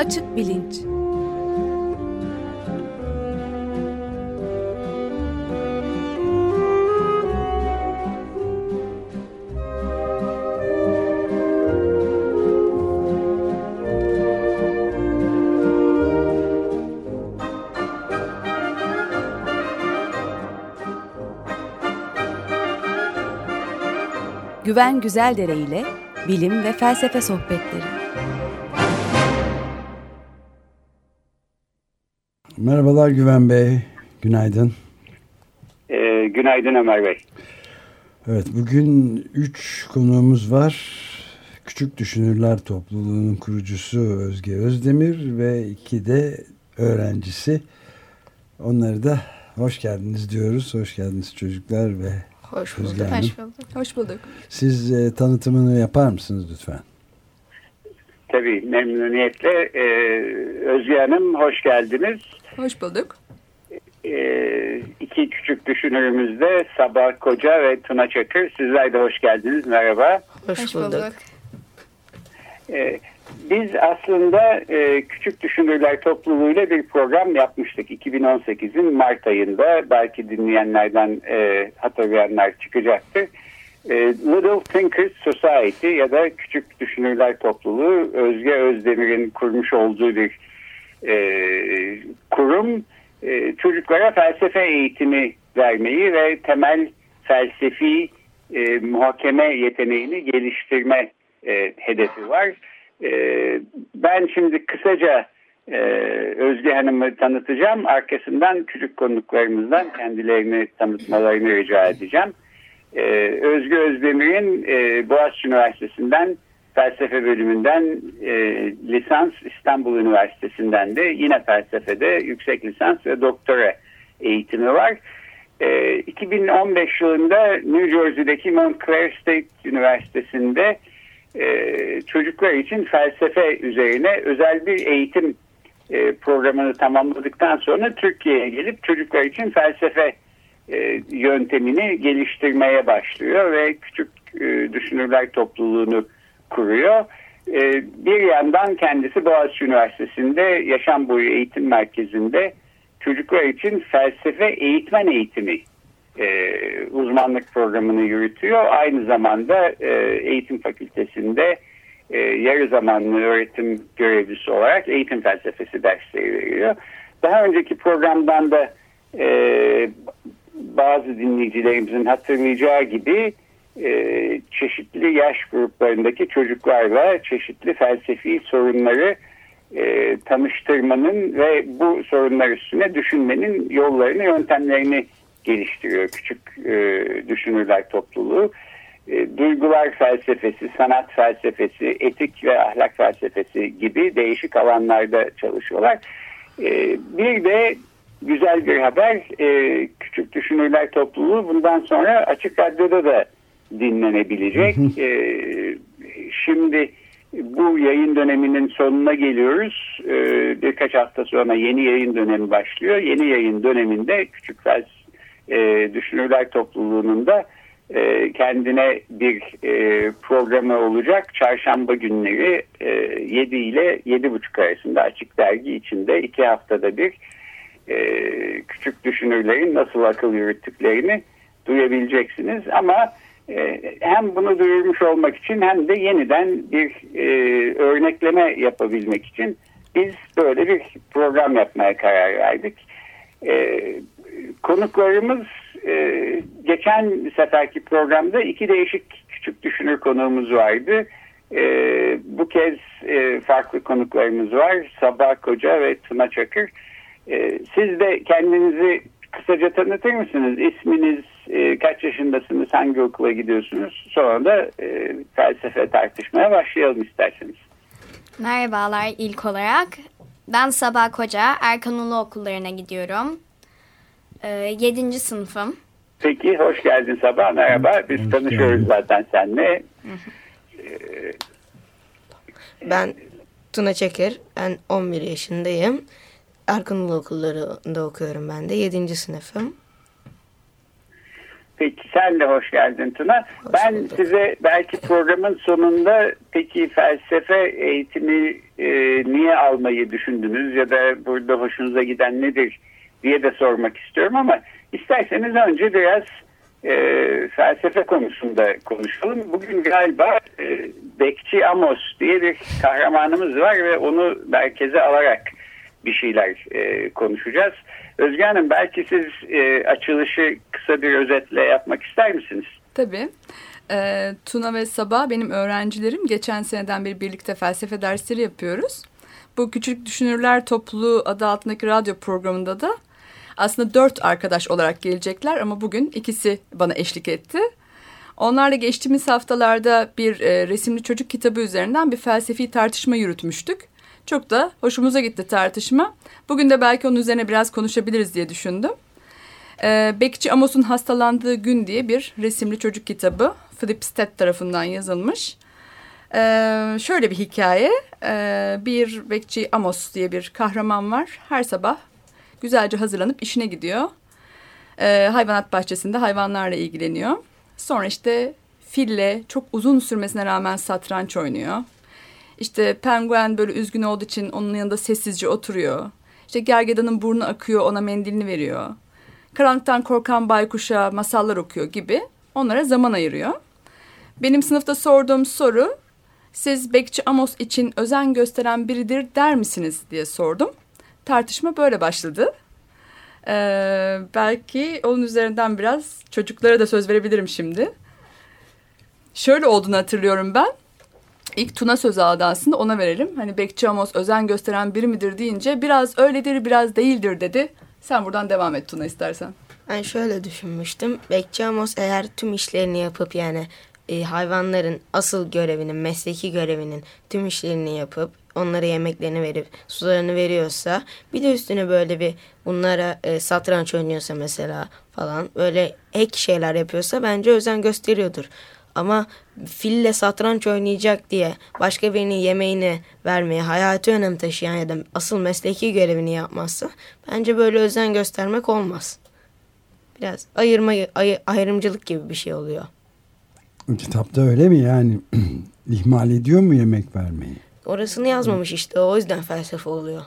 Açık bilinç. Güven Güzeldere ile bilim ve felsefe sohbetleri. Merhabalar Güven Bey, günaydın. Günaydın Ömer Bey. Evet, bugün 3 konuğumuz var. Küçük Düşünürler Topluluğu'nun kurucusu Özge Özdemir ve 2 de öğrencisi. Onları da hoş geldiniz diyoruz. Hoş geldiniz çocuklar ve hoş bulduk. Özge Hanım. Hoş bulduk. Hoş bulduk. Siz tanıtımını yapar mısınız lütfen? Tabii, memnuniyetle. Özge Hanım, hoş geldiniz. Hoş bulduk. 2 küçük düşünürümüz de Sabah Koca ve Tuna Çakır. Sizler de hoş geldiniz. Merhaba. Hoş bulduk. Biz aslında Küçük Düşünürler Topluluğu'yla bir program yapmıştık 2018'in Mart ayında. Belki dinleyenlerden hatırlayanlar çıkacaktır. Little Thinkers Society ya da Küçük Düşünürler Topluluğu, Özge Özdemir'in kurmuş olduğu bir kurum. Çocuklara felsefe eğitimi vermeyi ve temel felsefi muhakeme yeteneğini geliştirme hedefi var. Ben şimdi kısaca Özge Hanım'ı tanıtacağım. Arkasından küçük konuklarımızdan kendilerini tanıtmalarını rica edeceğim. Özge Özdemir'in Boğaziçi Üniversitesi'nden felsefe bölümünden lisans, İstanbul Üniversitesi'nden de yine felsefede yüksek lisans ve doktora eğitimi var. 2015 yılında New Jersey'deki Montclair State Üniversitesi'nde çocuklar için felsefe üzerine özel bir eğitim programını tamamladıktan sonra Türkiye'ye gelip çocuklar için felsefe yöntemini geliştirmeye başlıyor ve Küçük Düşünürler Topluluğu'nu kuruyor. Bir yandan kendisi Boğaziçi Üniversitesi'nde Yaşam Boyu Eğitim Merkezi'nde çocuklar için felsefe eğitmen eğitimi uzmanlık programını yürütüyor. Aynı zamanda eğitim fakültesinde yarı zamanlı öğretim görevlisi olarak eğitim felsefesi dersleri veriyor. Daha önceki programdan da bazı dinleyicilerimizin hatırlayacağı gibi çeşitli yaş gruplarındaki çocuklarla çeşitli felsefi sorunları tanıştırmanın ve bu sorunlar üstüne düşünmenin yollarını, yöntemlerini geliştiriyor Küçük Düşünürler Topluluğu. Duygular felsefesi, sanat felsefesi, etik ve ahlak felsefesi gibi değişik alanlarda çalışıyorlar. Bir de güzel bir haber, Küçük Düşünürler Topluluğu bundan sonra Açık Radyo'da da dinlenebilecek. Şimdi bu yayın döneminin sonuna geliyoruz. Birkaç hafta sonra yeni yayın dönemi başlıyor. Yeni yayın döneminde Küçük Düşünürler Topluluğu'nun da kendine bir programı olacak. Çarşamba günleri 7 ile 7.30 arasında Açık Dergi içinde 2 haftada bir küçük düşünürlerin nasıl akıl yürüttüklerini duyabileceksiniz. Ama hem bunu duyurmuş olmak için hem de yeniden bir örnekleme yapabilmek için biz böyle bir program yapmaya karar verdik. Konuklarımız geçen seferki programda 2 değişik küçük düşünür konuğumuz vardı. Bu kez farklı konuklarımız var. Sabah Koca ve Tuna Çakır. Siz de kendinizi kısaca tanıtır mısınız? İsminiz, kaç yaşındasınız, hangi okula gidiyorsunuz? Sonra da felsefe tartışmaya başlayalım isterseniz. Merhabalar ilk olarak. Ben Sabah Koca, Erkan Ulu Okullarına gidiyorum. 7. sınıfım. Peki, hoş geldin Sabah. Merhaba, biz tanışıyoruz zaten seninle. Ben Tuna Çakır, ben 11 yaşındayım. Erkan Ulu Okulları'nda okuyorum ben de. 7. sınıfım. Peki sen de hoş geldin Tuna. Ben size belki programın sonunda peki felsefe eğitimi niye almayı düşündünüz ya da burada hoşunuza giden nedir diye de sormak istiyorum ama isterseniz önce biraz felsefe konusunda konuşalım. Bugün galiba Bekçi Amos diye bir kahramanımız var ve onu merkeze alarak bir şeyler konuşacağız. Özge Hanım belki siz açılışı kısa bir özetle yapmak ister misiniz? Tabii. Tuna ve Sabah benim öğrencilerim. Geçen seneden beri birlikte felsefe dersleri yapıyoruz. Bu Küçük Düşünürler Topluluğu adı altındaki radyo programında da aslında 4 arkadaş olarak gelecekler ama bugün ikisi bana eşlik etti. Onlarla geçtiğimiz haftalarda bir resimli çocuk kitabı üzerinden bir felsefi tartışma yürütmüştük. Çok da hoşumuza gitti tartışma. Bugün de belki onun üzerine biraz konuşabiliriz diye düşündüm. Bekçi Amos'un hastalandığı gün diye bir resimli çocuk kitabı Philip Stead tarafından yazılmış. Şöyle bir hikaye. Bir Bekçi Amos diye bir kahraman var. Her sabah güzelce hazırlanıp işine gidiyor. Hayvanat bahçesinde hayvanlarla ilgileniyor. Sonra işte fille çok uzun sürmesine rağmen satranç oynuyor. İşte penguen böyle üzgün olduğu için onun yanında sessizce oturuyor. İşte gergedanın burnu akıyor, ona mendilini veriyor. Karanlıktan korkan baykuşa masallar okuyor gibi onlara zaman ayırıyor. Benim sınıfta sorduğum soru, siz Bekçi Amos için özen gösteren biridir der misiniz diye sordum. Tartışma böyle başladı. Belki onun üzerinden biraz çocuklara da söz verebilirim şimdi. Şöyle olduğunu hatırlıyorum ben. İlk Tuna söz aldı aslında, ona verelim. Hani Bekçi Amos özen gösteren biri midir deyince biraz öyledir biraz değildir dedi. Sen buradan devam et Tuna istersen. Ben şöyle düşünmüştüm. Bekçi Amos eğer tüm işlerini yapıp yani hayvanların asıl görevinin, mesleki görevinin tüm işlerini yapıp onlara yemeklerini verip sularını veriyorsa, bir de üstüne böyle bir bunlara satranç oynuyorsa mesela falan böyle ek şeyler yapıyorsa bence özen gösteriyordur. Ama fille satranç oynayacak diye başka birinin yemeğini vermeye hayati önem taşıyan ya da asıl mesleki görevini yapmazsa bence böyle özen göstermek olmaz. Biraz ayrımcılık gibi bir şey oluyor. Kitapta öyle mi yani? İhmal ediyor mu yemek vermeyi? Orasını yazmamış işte, o yüzden felsefe oluyor.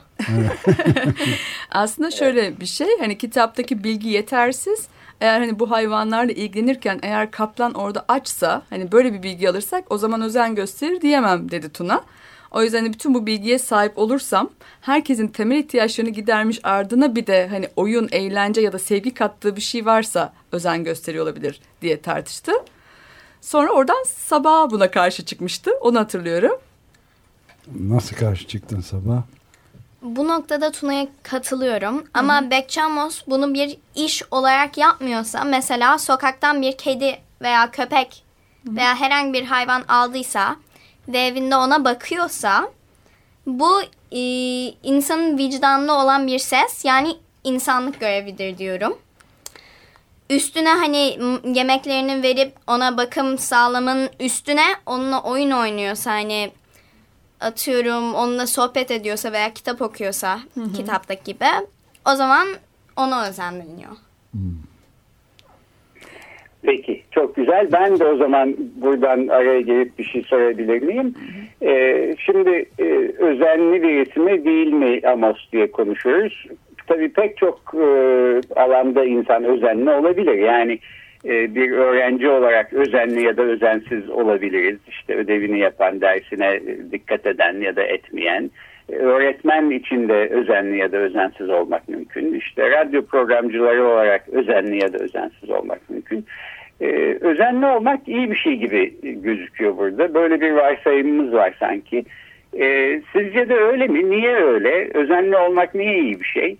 Aslında şöyle bir şey, hani kitaptaki bilgi yetersiz. Eğer hani bu hayvanlarla ilgilenirken eğer kaplan orada açsa, hani böyle bir bilgi alırsak o zaman özen gösterir diyemem dedi Tuna. O yüzden hani bütün bu bilgiye sahip olursam herkesin temel ihtiyaçlarını gidermiş ardına bir de hani oyun, eğlence ya da sevgi kattığı bir şey varsa özen gösteriyor olabilir diye tartıştı. Sonra oradan Sabah buna karşı çıkmıştı, onu hatırlıyorum. Nasıl karşı çıktın Sabah? Bu noktada Tuna'ya katılıyorum. Ama Bekçi Amos bunu bir iş olarak yapmıyorsa, mesela sokaktan bir kedi veya köpek veya herhangi bir hayvan aldıysa ve evinde ona bakıyorsa, bu insanın vicdanlı olan bir ses, yani insanlık görevidir diyorum. Üstüne hani yemeklerini verip ona bakım sağlamanın üstüne onunla oyun oynuyorsa, hani atıyorum onunla sohbet ediyorsa veya kitap okuyorsa kitaptaki gibi, o zaman ona özenleniyor. Peki, çok güzel. Ben de o zaman buradan araya girip bir şey sorabilir miyim? Şimdi özenli birisi mi değil mi Amos diye konuşuyoruz. Tabii pek çok alanda insan özenli olabilir. Yani bir öğrenci olarak özenli ya da özensiz olabiliriz. İşte ödevini yapan, dersine dikkat eden ya da etmeyen. Öğretmen için de özenli ya da özensiz olmak mümkün. İşte radyo programcıları olarak özenli ya da özensiz olmak mümkün. Özenli olmak iyi bir şey gibi gözüküyor burada. Böyle bir varsayımımız var sanki. Sizce de öyle mi? Niye öyle? Özenli olmak niye iyi bir şey?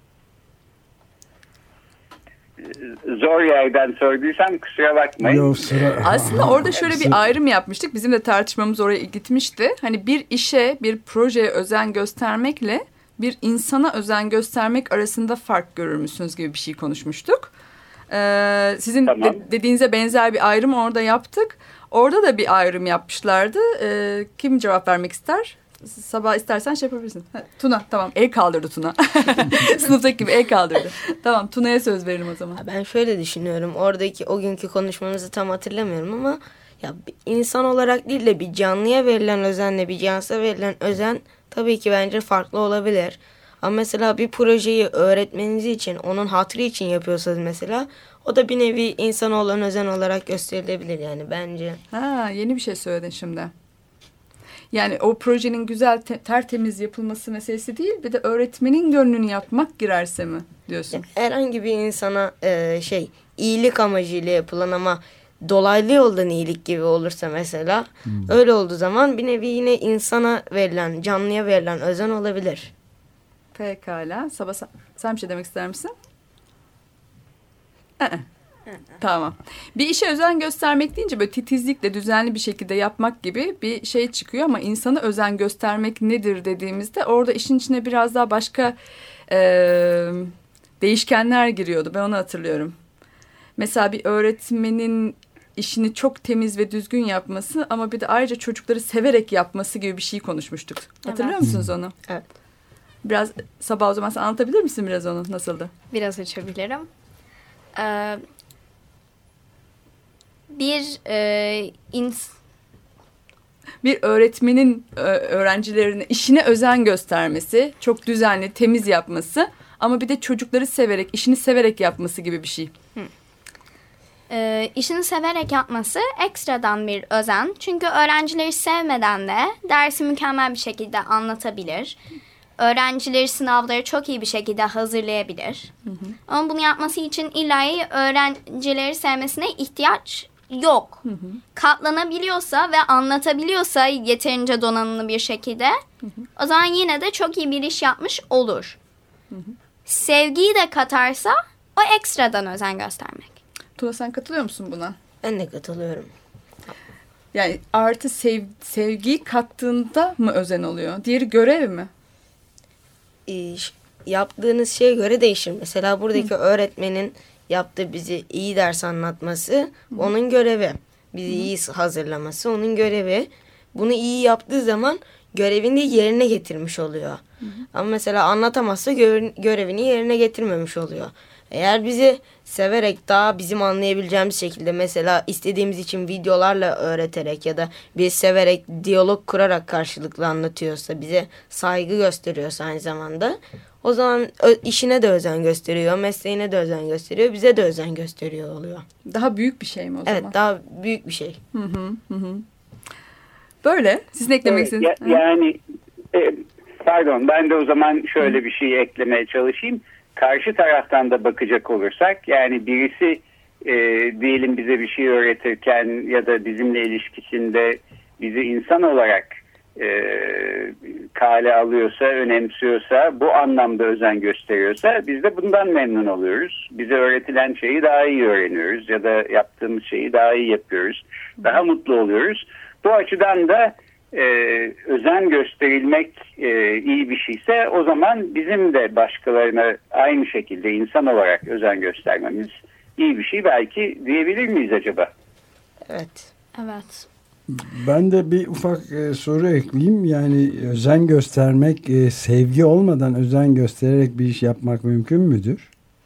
Zor yerden sorduysam kusura bakmayın. Yok, Aslında orada şöyle bir ayrım yapmıştık. Bizim de tartışmamız oraya gitmişti. Hani bir işe, bir projeye özen göstermekle bir insana özen göstermek arasında fark görür müsünüz gibi bir şey konuşmuştuk. Sizin tamam. Dediğinize benzer bir ayrım orada yaptık. Orada da bir ayrım yapmışlardı. Kim cevap vermek ister? Sabah istersen şey yapabilirsin. Tuna tamam, el kaldırdı Tuna. Sınıftaki gibi el kaldırdı. Tamam, Tuna'ya söz verelim o zaman. Ben şöyle düşünüyorum. Oradaki o günkü konuşmamızı tam hatırlamıyorum ama ya bir insan olarak değil de bir canlıya verilen özenle bir canlıya verilen özen tabii ki bence farklı olabilir. Ama mesela bir projeyi öğretmeniniz için, onun hatırı için yapıyorsanız mesela, o da bir nevi insana olan özen olarak gösterilebilir yani bence. Yeni bir şey söyledin şimdi. Yani o projenin güzel, tertemiz yapılması meselesi değil, bir de öğretmenin gönlünü yapmak girerse mi diyorsun? Yani herhangi bir insana iyilik amacıyla yapılan ama dolaylı yoldan iyilik gibi olursa mesela, öyle olduğu zaman bir nevi yine insana verilen, canlıya verilen özen olabilir. Pekala. Sabah sen bir şey demek ister misin? Tamam. Bir işe özen göstermek deyince böyle titizlikle düzenli bir şekilde yapmak gibi bir şey çıkıyor ama insana özen göstermek nedir dediğimizde orada işin içine biraz daha başka değişkenler giriyordu. Ben onu hatırlıyorum. Mesela bir öğretmenin işini çok temiz ve düzgün yapması ama bir de ayrıca çocukları severek yapması gibi bir şey konuşmuştuk. Hatırlıyor musunuz onu? Evet. Biraz Sabah, o zaman sen anlatabilir misin biraz onu? Nasıldı? Biraz açabilirim. Bir öğretmenin öğrencilerine işine özen göstermesi, çok düzenli, temiz yapması ama bir de çocukları severek, işini severek yapması gibi bir şey. İşini severek yapması ekstradan bir özen. Çünkü öğrencileri sevmeden de dersi mükemmel bir şekilde anlatabilir. Öğrencileri sınavları çok iyi bir şekilde hazırlayabilir. Ama bunu yapması için illa öğrencileri sevmesine ihtiyaç yok. Katlanabiliyorsa ve anlatabiliyorsa yeterince donanımlı bir şekilde, o zaman yine de çok iyi bir iş yapmış olur. Sevgiyi de katarsa o ekstradan özen göstermek. Tuna, sen katılıyor musun buna? Ben de katılıyorum. Yani artı sevgiyi kattığında mı özen oluyor? Diğeri görev mi? Yaptığınız şeye göre değişir. Mesela buradaki öğretmenin yaptığı bizi iyi ders anlatması onun görevi. Bizi iyi hazırlaması onun görevi. Bunu iyi yaptığı zaman görevini yerine getirmiş oluyor. Ama mesela anlatamazsa görevini yerine getirmemiş oluyor. Eğer bizi severek daha bizim anlayabileceğimiz şekilde mesela istediğimiz için videolarla öğreterek ya da biz severek diyalog kurarak karşılıklı anlatıyorsa, bize saygı gösteriyorsa aynı zamanda, o zaman işine de özen gösteriyor, mesleğine de özen gösteriyor, bize de özen gösteriyor oluyor. Daha büyük bir şey mi o zaman? Evet, daha büyük bir şey. Böyle. Sizin eklemek istediğiniz? Yani pardon, ben de o zaman şöyle bir şey eklemeye çalışayım. Karşı taraftan da bakacak olursak, yani birisi diyelim bize bir şey öğretirken ya da bizimle ilişkisinde bizi insan olarak kale alıyorsa, önemsiyorsa, bu anlamda özen gösteriyorsa biz de bundan memnun oluyoruz. Bize öğretilen şeyi daha iyi öğreniyoruz ya da yaptığımız şeyi daha iyi yapıyoruz. Daha mutlu oluyoruz. Bu açıdan da özen gösterilmek iyi bir şeyse, o zaman bizim de başkalarına aynı şekilde insan olarak özen göstermemiz iyi bir şey belki diyebilir miyiz acaba? Evet. Evet. Ben de bir ufak soru ekleyeyim. Yani özen göstermek, sevgi olmadan özen göstererek bir iş yapmak mümkün müdür?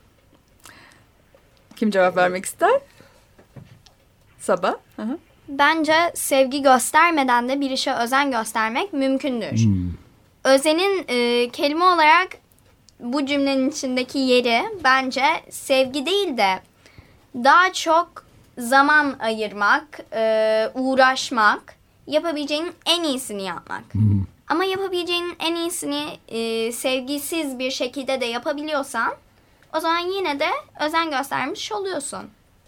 Kim cevap vermek ister? Sabah. Bence sevgi göstermeden de bir işe özen göstermek mümkündür. Özenin kelime olarak bu cümlenin içindeki yeri bence sevgi değil de daha çok zaman ayırmak, uğraşmak, yapabileceğinin en iyisini yapmak. Ama yapabileceğinin en iyisini sevgisiz bir şekilde de yapabiliyorsan, o zaman yine de özen göstermiş oluyorsun.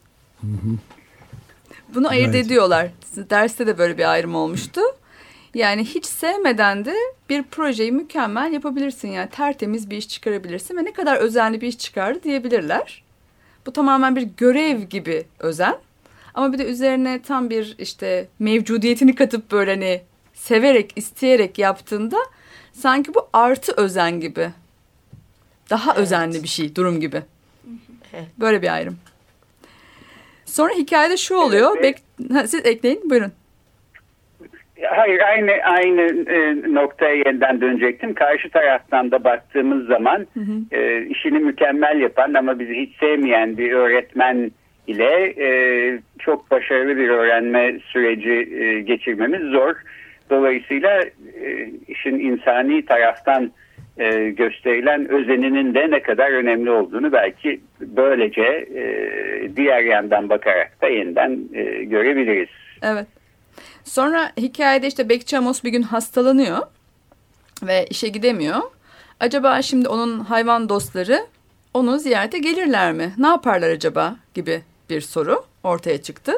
Bunu ayırt ediyorlar. Derste de böyle bir ayrım olmuştu. Yani hiç sevmeden de bir projeyi mükemmel yapabilirsin. Yani tertemiz bir iş çıkarabilirsin ve ne kadar özenli bir iş çıkardı diyebilirler. Bu tamamen bir görev gibi özen. Ama bir de üzerine tam bir işte mevcudiyetini katıp böyle hani severek, isteyerek yaptığında sanki bu artı özen gibi. Daha özenli bir şey, durum gibi. Böyle bir ayrım. Sonra hikayede şu oluyor. Siz ekleyin, buyurun. Hayır, aynı noktaya yeniden dönecektim. Karşı taraftan da baktığımız zaman işini mükemmel yapan ama bizi hiç sevmeyen bir öğretmen ile çok başarılı bir öğrenme süreci geçirmemiz zor. Dolayısıyla işin insani taraftan gösterilen özeninin de ne kadar önemli olduğunu belki böylece diğer yandan bakarak da yeniden görebiliriz. Evet. Sonra hikayede işte Bekçi Amos bir gün hastalanıyor ve işe gidemiyor. Acaba şimdi onun hayvan dostları onu ziyarete gelirler mi? Ne yaparlar acaba gibi bir soru ortaya çıktı.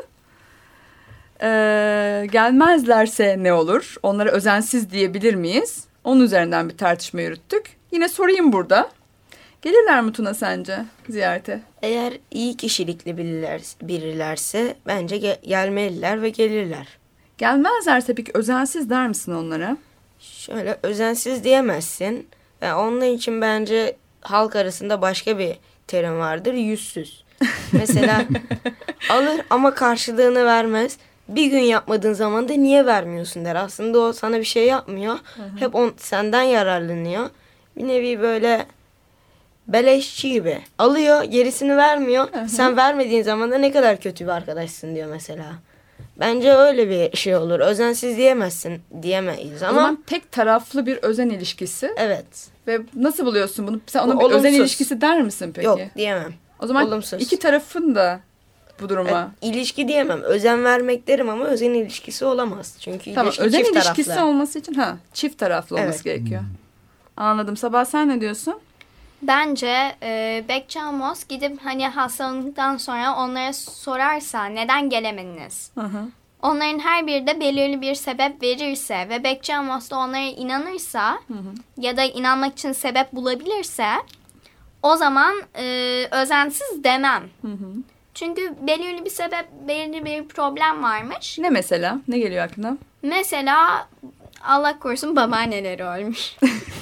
Gelmezlerse ne olur? Onlara özensiz diyebilir miyiz? Onun üzerinden bir tartışma yürüttük. Yine sorayım burada. Gelirler mi Tuna sence ziyarete? Eğer iyi kişilikli birilerse bence gelmeliler ve gelirler. Gelmezlerse peki özensiz der misin onlara? Şöyle özensiz diyemezsin. Yani onun için bence halk arasında başka bir terim vardır. Yüzsüz. Mesela alır ama karşılığını vermez. Bir gün yapmadığın zaman da niye vermiyorsun der. Aslında o sana bir şey yapmıyor. Hep senden yararlanıyor. Bir nevi böyle beleşçi gibi. Alıyor, gerisini vermiyor. Sen vermediğin zaman da ne kadar kötü bir arkadaşsın diyor mesela. Bence öyle bir şey olur. Özensiz diyemeyiz ama. O zaman tek taraflı bir özen ilişkisi. Evet. Ve nasıl buluyorsun bunu? Sen ona Bu bir özen olumsuz. ilişkisi der misin peki? Yok diyemem. O zaman olumsuz. iki tarafın da bu duruma. İlişki diyemem. Özen vermek derim ama özen ilişkisi olamaz. Çünkü Tamam, ilişki özen çift ilişkisi taraflı. olması için çift taraflı olması gerekiyor. Anladım. Sabah sen ne diyorsun? Bence Bekçi Amos gidip hani hastalıktan sonra onlara sorarsa neden gelemediniz? Onların her biri de belirli bir sebep verirse ve Bekçi Amos da onlara inanırsa ya da inanmak için sebep bulabilirse o zaman özensiz demem. Çünkü belirli bir sebep, belirli bir problem varmış. Ne mesela? Ne geliyor aklına? Mesela Allah korusun babaanneleri ölmüş.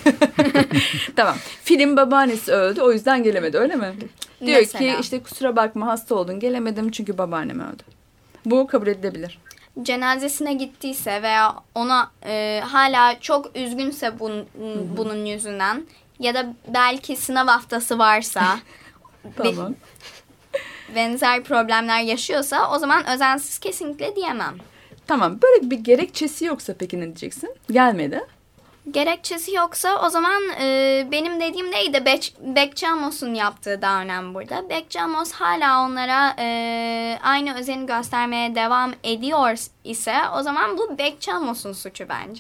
Tamam. Filin babaannesi öldü, o yüzden gelemedi, öyle mi? Diyor Mesela. ki işte kusura bakma hasta oldun, gelemedim çünkü babaannem öldü. Bu kabul edilebilir. Cenazesine gittiyse veya ona hala çok üzgünse bunun yüzünden ya da belki sınav haftası varsa Tamam. benzer problemler yaşıyorsa o zaman özensiz kesinlikle diyemem. Tamam. Böyle bir gerekçesi yoksa peki ne diyeceksin? Gelmedi. Gerekçesi yoksa o zaman benim dediğim neydi? Bekçi Amos'un yaptığı daha önemli burada. Bekçi Amos hala onlara aynı özeni göstermeye devam ediyor ise o zaman bu Bekçi Amos'un suçu bence.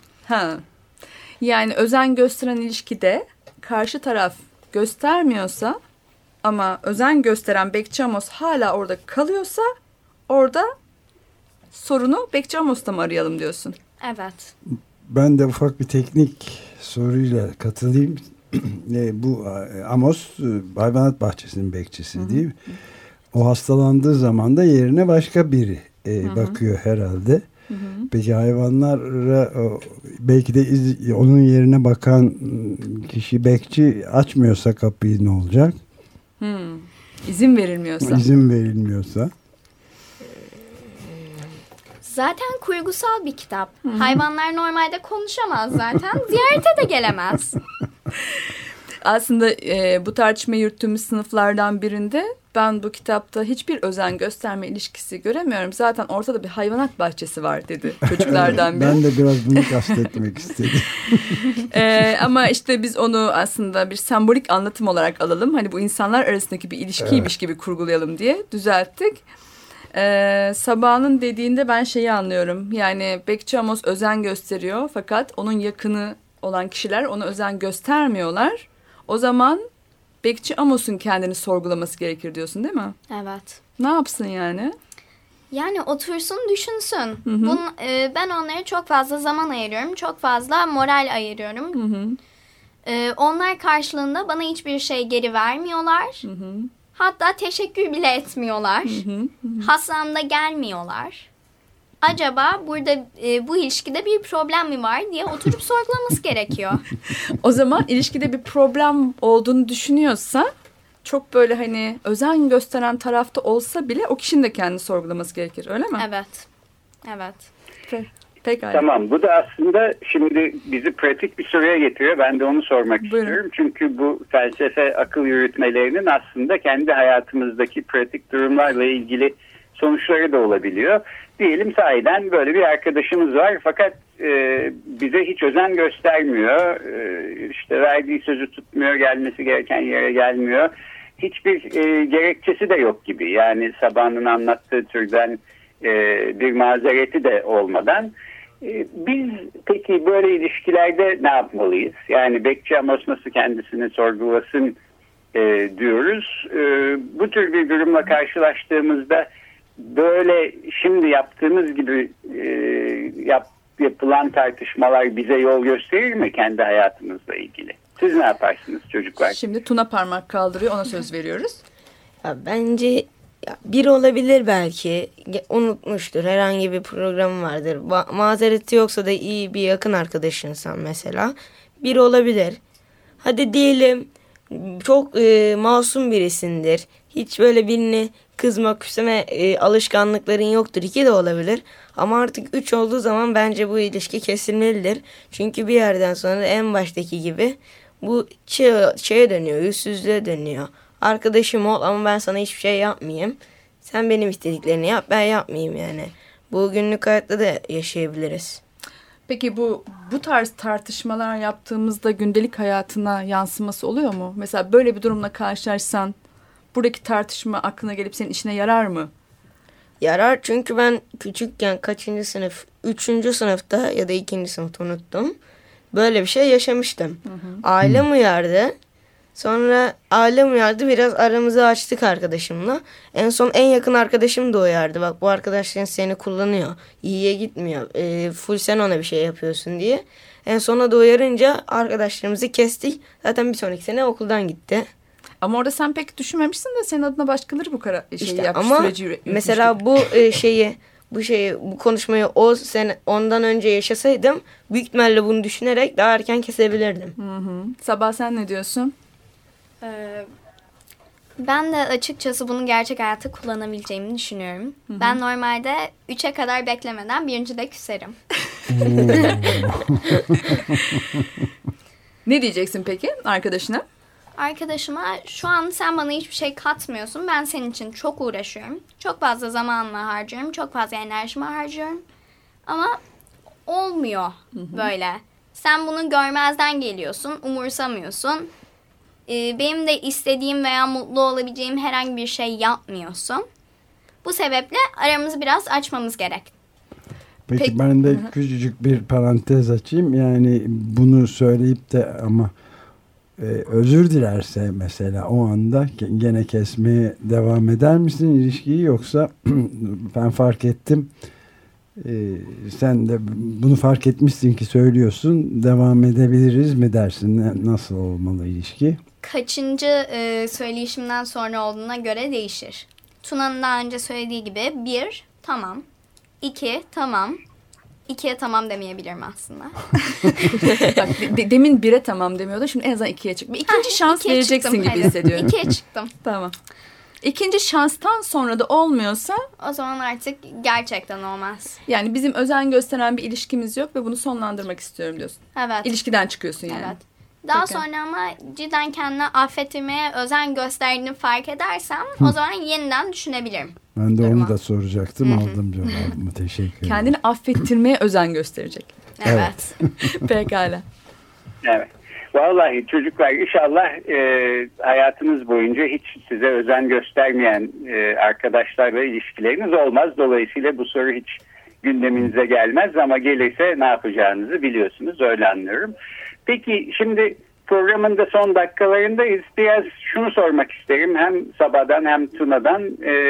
Yani özen gösteren ilişkide karşı taraf göstermiyorsa ama özen gösteren Bekçi Amos hala orada kalıyorsa orada sorunu Bekçi Amos'ta mı arayalım diyorsun? Evet. Ben de ufak bir teknik soruyla katılayım. Bu Amos hayvanat bahçesinin bekçisi değil mi? O hastalandığı zaman da yerine başka biri bakıyor herhalde. Peki hayvanlara belki de onun yerine bakan kişi bekçi açmıyorsa kapıyı ne olacak? İzin verilmiyorsa. İzin verilmiyorsa. Zaten kurgusal bir kitap. Hayvanlar normalde konuşamaz zaten. Ziyarete de gelemez. Aslında bu tartışmayı yürüttüğümüz sınıflardan birinde ben bu kitapta hiçbir özen gösterme ilişkisi göremiyorum. Zaten ortada bir hayvanat bahçesi var dedi çocuklardan biri. Ben de biraz bunu kastetmek istedim. Ama işte biz onu aslında bir sembolik anlatım olarak alalım. Hani bu insanlar arasındaki bir ilişkiymiş gibi kurgulayalım diye düzelttik. Sabah'ın dediğinde ben şeyi anlıyorum. Yani Bekçi Amos özen gösteriyor fakat onun yakını olan kişiler ona özen göstermiyorlar. O zaman Bekçi Amos'un kendini sorgulaması gerekir diyorsun değil mi? Evet. Ne yapsın yani? Yani otursun düşünsün. Ben onlara çok fazla zaman ayırıyorum. Çok fazla moral ayırıyorum. Onlar karşılığında bana hiçbir şey geri vermiyorlar. Hatta teşekkür bile etmiyorlar. Hastanımda gelmiyorlar. Acaba burada bu ilişkide bir problem mi var diye oturup sorgulaması gerekiyor. O zaman ilişkide bir problem olduğunu düşünüyorsa çok böyle hani özen gösteren tarafta olsa bile o kişinin de kendini sorgulaması gerekir, öyle mi? Evet. Evet. Pekala. Tamam, bu da aslında şimdi bizi pratik bir soruya getiriyor. Ben de onu sormak Buyurun. istiyorum. Çünkü bu felsefe akıl yürütmelerinin aslında kendi hayatımızdaki pratik durumlarla ilgili sonuçları da olabiliyor. Diyelim sahiden böyle bir arkadaşımız var fakat bize hiç özen göstermiyor. İşte verdiği sözü tutmuyor, gelmesi gereken yere gelmiyor. Hiçbir gerekçesi de yok gibi. Yani Sabah'ın anlattığı türden bir mazereti de olmadan. Biz peki böyle ilişkilerde ne yapmalıyız? Yani Bekçi Amos nasıl kendisini sorgulasın diyoruz. Bu tür bir durumla karşılaştığımızda böyle şimdi yaptığımız gibi yapılan tartışmalar bize yol gösterir mi kendi hayatımızla ilgili? Siz ne yaparsınız çocuklar? Şimdi Tuna parmak kaldırıyor, ona söz veriyoruz. Ya bence biri olabilir belki. Unutmuştur. Herhangi bir programı vardır. Mazereti yoksa da iyi bir yakın arkadaşınsan mesela. Biri olabilir. Hadi diyelim çok masum birisindir. Hiç böyle birini kızma, küsme alışkanlıkların yoktur. 2 de olabilir. Ama artık 3 olduğu zaman bence bu ilişki kesilmelidir. Çünkü bir yerden sonra en baştaki gibi bu şeye dönüyor, yüzsüzlüğe dönüyor. Arkadaşım ol ama ben sana hiçbir şey yapmayayım. Sen benim istediklerini yap, ben yapmayayım yani. Bu günlük hayatta da yaşayabiliriz. Peki bu tarz tartışmalar yaptığımızda gündelik hayatına yansıması oluyor mu? Mesela böyle bir durumla karşılaşsan buradaki tartışma aklına gelip senin işine yarar mı? Yarar, çünkü ben küçükken kaçıncı sınıf, 3. sınıfta ya da 2. sınıfta unuttum. Böyle bir şey yaşamıştım. Ailem uyardı. Sonra ailem uyardı, biraz aramızı açtık arkadaşımla. En son en yakın arkadaşım da uyardı. Bak, bu arkadaşların seni kullanıyor. İyiye gitmiyor. Full sen ona bir şey yapıyorsun diye. En sona da uyarınca arkadaşlarımızı kestik. Zaten bir sonraki sene okuldan gitti. Ama orada sen pek düşünmemişsin de senin adına başkaları bu İşte yapmış, ama süreci yürütmüş mesela gibi. bu konuşmayı ondan önce yaşasaydım büyük ihtimalle bunu düşünerek daha erken kesebilirdim. Sabah sen ne diyorsun? Ben de açıkçası bunu gerçek hayatta kullanabileceğimi düşünüyorum. Ben normalde 3'e kadar beklemeden de küserim. Ne diyeceksin peki arkadaşına? Arkadaşıma şu an sen bana hiçbir şey katmıyorsun. Ben senin için çok uğraşıyorum. Çok fazla zamanımı harcıyorum. Çok fazla enerjimi harcıyorum. Ama olmuyor böyle. Sen bunu görmezden geliyorsun. Umursamıyorsun. Benim de istediğim veya mutlu olabileceğim herhangi bir şey yapmıyorsun. Bu sebeple aramızı biraz açmamız gerek. Peki ben de küçücük bir parantez açayım. Yani bunu söyleyip de ama özür dilerse mesela o anda gene kesmeye devam eder misin ilişkiyi, yoksa ben fark ettim sen de bunu fark etmişsin ki söylüyorsun, devam edebiliriz mi dersin? Nasıl olmalı ilişki? Kaçıncı söyleyişimden sonra olduğuna göre değişir. Tuna'nın daha önce söylediği gibi 1 tamam, 2 tamam, 2'ye tamam demeyebilirim aslında. Bak, demin 1'e tamam demiyordu, şimdi en azından 2'ye çıkma. İkinci şans vereceksin gibi hissediyorum. 2'ye çıktım. Tamam. İkinci şanstan sonra da olmuyorsa o zaman artık gerçekten olmaz. Yani bizim özen gösteren bir ilişkimiz yok ve bunu sonlandırmak istiyorum diyorsun. Evet. İlişkiden çıkıyorsun yani. Evet. Daha Peki. sonra ama cidden kendine affettirmeye özen gösterdiğini fark edersem o zaman yeniden düşünebilirim. Ben de Durma. onu da soracaktım. Aldım cevabımı. Teşekkür ederim. Kendini affettirmeye özen gösterecek. Evet. Pekala. Evet. Vallahi çocuklar, inşallah hayatınız boyunca hiç size özen göstermeyen arkadaşlarla ilişkileriniz olmaz. Dolayısıyla bu soru hiç gündeminize gelmez, ama gelirse ne yapacağınızı biliyorsunuz, öyle anlıyorum. Peki şimdi programın da son dakikalarındayız. Biraz şunu sormak isterim, hem Sabah'dan hem Tuna'dan.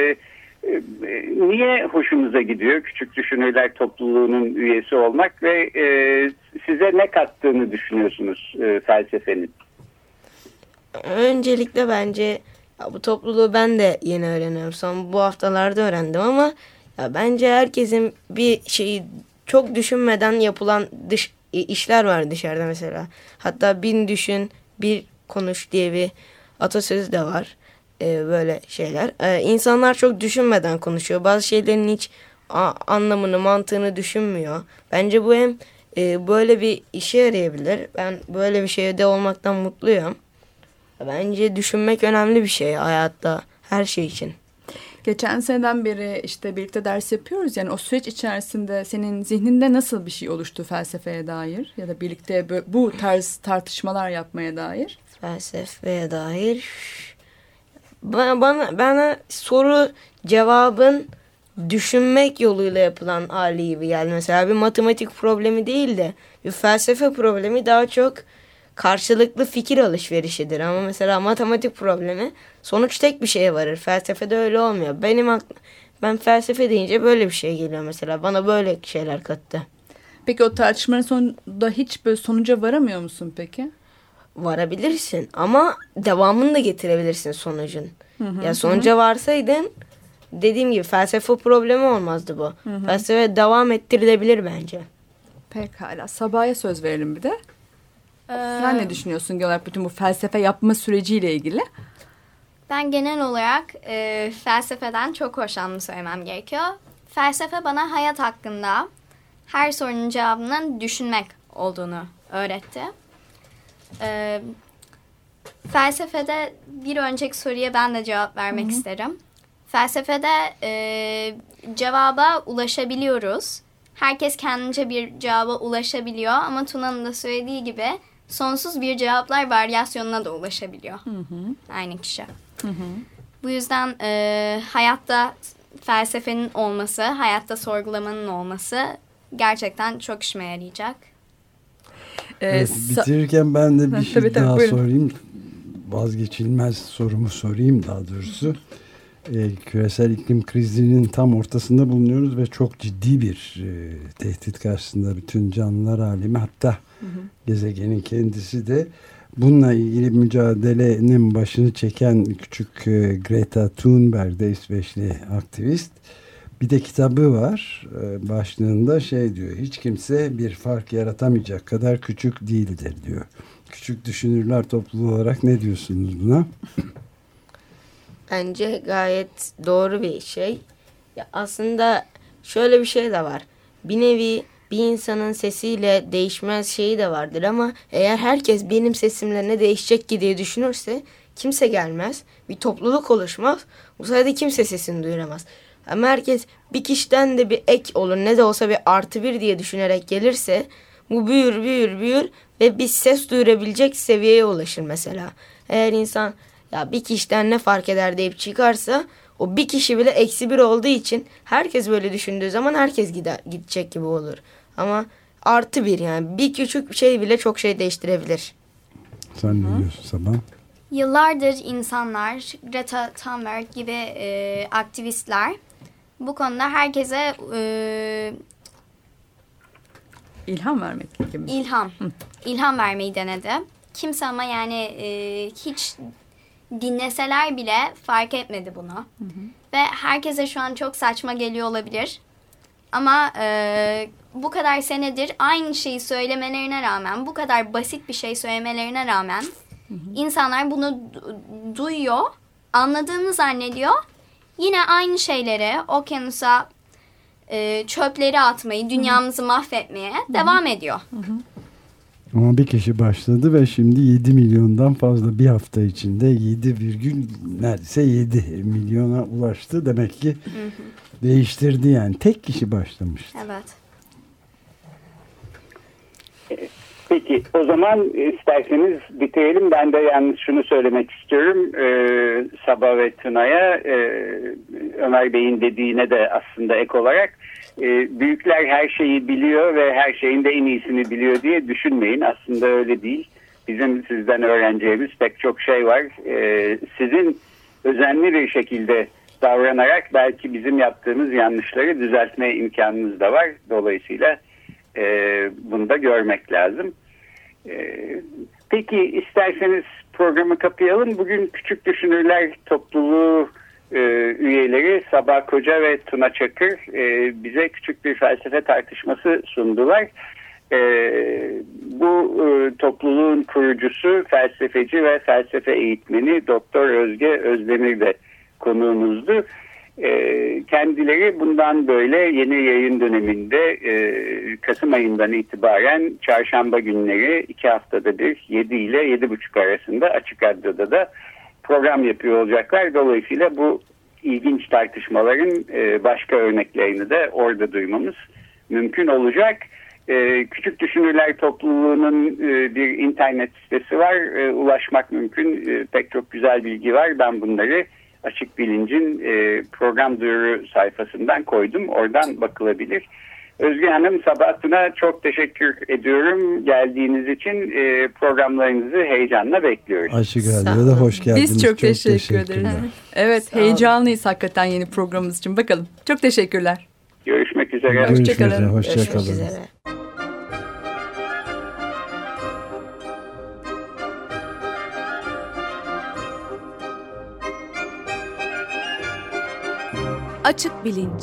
Niye hoşunuza gidiyor Küçük Düşünürler Topluluğu'nun üyesi olmak ve size ne kattığını düşünüyorsunuz felsefenin? Öncelikle bence bu topluluğu ben de yeni öğreniyorum. Son bu haftalarda öğrendim ama bence herkesin bir şeyi çok düşünmeden yapılan işler var dışarıda mesela. Hatta 1000 düşün, 1 konuş diye bir atasözü de var. Böyle şeyler. İnsanlar çok düşünmeden konuşuyor. Bazı şeylerin hiç anlamını, mantığını düşünmüyor. Bence bu hem böyle bir işe yarayabilir. Ben böyle bir şeyde olmaktan mutluyum. Bence düşünmek önemli bir şey hayatta, her şey için. Geçen seneden beri işte birlikte ders yapıyoruz. Yani o süreç içerisinde senin zihninde nasıl bir şey oluştu felsefeye dair? Ya da birlikte bu tarz tartışmalar yapmaya dair? Felsefeye dair bana soru cevabın düşünmek yoluyla yapılan hali gibi geldi. Mesela bir matematik problemi değil de bir felsefe problemi daha çok karşılıklı fikir alışverişidir. Ama mesela matematik problemi sonuç tek bir şeye varır. Felsefede öyle olmuyor. Ben felsefe deyince böyle bir şey geliyor mesela. Bana böyle şeyler kattı. Peki o tartışmanın sonunda hiç böyle sonuca varamıyor musun peki? Varabilirsin ama devamını da getirebilirsin sonucun. Ya sonuca varsaydın dediğim gibi felsefe problemi olmazdı bu. Felsefe devam ettirilebilir bence. Pekala. Sabah'a söz verelim bir de. Sen ne düşünüyorsun genel olarak bütün bu felsefe yapma süreciyle ilgili? Ben genel olarak felsefeden çok hoşlandığımı söylemem gerekiyor. Felsefe bana hayat hakkında her sorunun cevabının düşünmek olduğunu öğretti. Felsefede bir önceki soruya ben de cevap vermek isterim. Felsefede cevaba ulaşabiliyoruz. Herkes kendince bir cevaba ulaşabiliyor ama Tuna'nın da söylediği gibi sonsuz bir cevaplar varyasyonuna da ulaşabiliyor. Aynı kişi. Bu yüzden hayatta felsefenin olması, hayatta sorgulamanın olması gerçekten çok işime yarayacak. Evet, bitirirken ben de bir şey tabii, daha buyurun. sorayım. Vazgeçilmez sorumu sorayım daha doğrusu. Küresel iklim krizinin tam ortasında bulunuyoruz ve çok ciddi bir tehdit karşısında bütün canlılar alemi, hatta gezegenin kendisi de. Bununla ilgili mücadelenin başını çeken küçük Greta Thunberg de İsveçli aktivist. Bir de kitabı var. Başlığında şey diyor: hiç kimse bir fark yaratamayacak kadar küçük değildir diyor. Küçük Düşünürler Topluluğu olarak ne diyorsunuz buna? Bence gayet doğru bir şey. Ya aslında şöyle bir şey de var. Bir nevi bir insanın sesiyle değişmez şeyi de vardır ama eğer herkes benim sesimle ne değişecek ki diye düşünürse kimse gelmez. Bir topluluk oluşmaz. Bu sayede kimse sesini duyuramaz. Ama herkes bir kişiden de bir ek olur, ne de olsa bir +1 diye düşünerek gelirse bu büyür ve bir ses duyurabilecek seviyeye ulaşır mesela. Eğer insan ya bir kişiden ne fark eder deyip çıkarsa o bir kişi bile -1 olduğu için herkes böyle düşündüğü zaman herkes gidecek gibi olur. Ama +1 yani bir küçük şey bile çok şey değiştirebilir. Sen ne diyorsun Sabah? Yıllardır insanlar, Greta Thunberg gibi aktivistler bu konuda herkese İlham vermek gibi. İlham vermeyi denedi. Kimse ama yani hiç dinleseler bile fark etmedi bunu. Ve herkese şu an çok saçma geliyor olabilir. Ama bu kadar senedir aynı şeyi söylemelerine rağmen, bu kadar basit bir şey söylemelerine rağmen insanlar bunu duyuyor, anladığını zannediyor. Yine aynı şeyleri okyanusa çöpleri atmayı, dünyamızı mahvetmeye devam ediyor. Ama bir kişi başladı ve şimdi 7 milyondan fazla bir hafta içinde neredeyse 7 milyona ulaştı. Demek ki değiştirdi yani. Tek kişi başlamıştı. Evet. Peki o zaman isterseniz bitirelim. Ben de yalnız şunu söylemek istiyorum. Sabah ve Tuna'ya, Ömer Bey'in dediğine de aslında ek olarak büyükler her şeyi biliyor ve her şeyin de en iyisini biliyor diye düşünmeyin. Aslında öyle değil. Bizim sizden öğreneceğimiz pek çok şey var. Sizin özenli bir şekilde davranarak belki bizim yaptığımız yanlışları düzeltme imkanınız da var. Dolayısıyla bunu da görmek lazım. Peki isterseniz programı kapayalım. Bugün Küçük Düşünürler Topluluğu üyeleri Sabah Koca ve Tuna Çakır bize küçük bir felsefe tartışması sundular. Bu topluluğun kurucusu, felsefeci ve felsefe eğitmeni Doktor Özge Özdemir de konuğumuzdu. Kendileri bundan böyle yeni yayın döneminde Kasım ayından itibaren çarşamba günleri 2 haftada bir 7 ile 7.30 arasında Açık Radyo'da da program yapıyor olacaklar. Dolayısıyla bu ilginç tartışmaların başka örneklerini de orada duymamız mümkün olacak. Küçük Düşünürler Topluluğu'nun bir internet sitesi var. Ulaşmak mümkün. Pek çok güzel bilgi var. Ben bunları Açık Bilinc'in program duyuru sayfasından koydum. Oradan bakılabilir. Özge Hanım, Sabah Tuna çok teşekkür ediyorum geldiğiniz için. Programlarınızı heyecanla bekliyoruz. Açık Radyo'da hoş geldiniz. Biz çok teşekkür ederiz. Evet, heyecanlıyız hakikaten yeni programımız için. Bakalım. Çok teşekkürler. Görüşmek üzere. Hoşçakalın. Hoşçakalın. Açık Bilinç.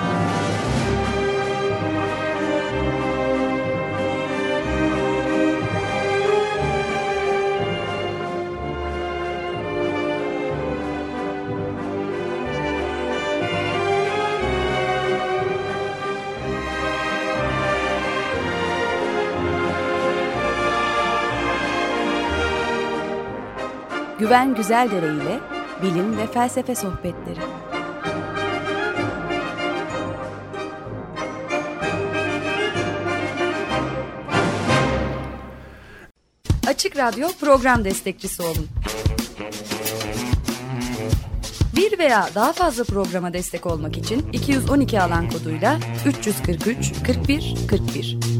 Güven Güzeldere ile bilim ve felsefe sohbetleri. Açık Radyo program destekçisi olun. Bir veya daha fazla programa destek olmak için 212 alan koduyla 343 41 41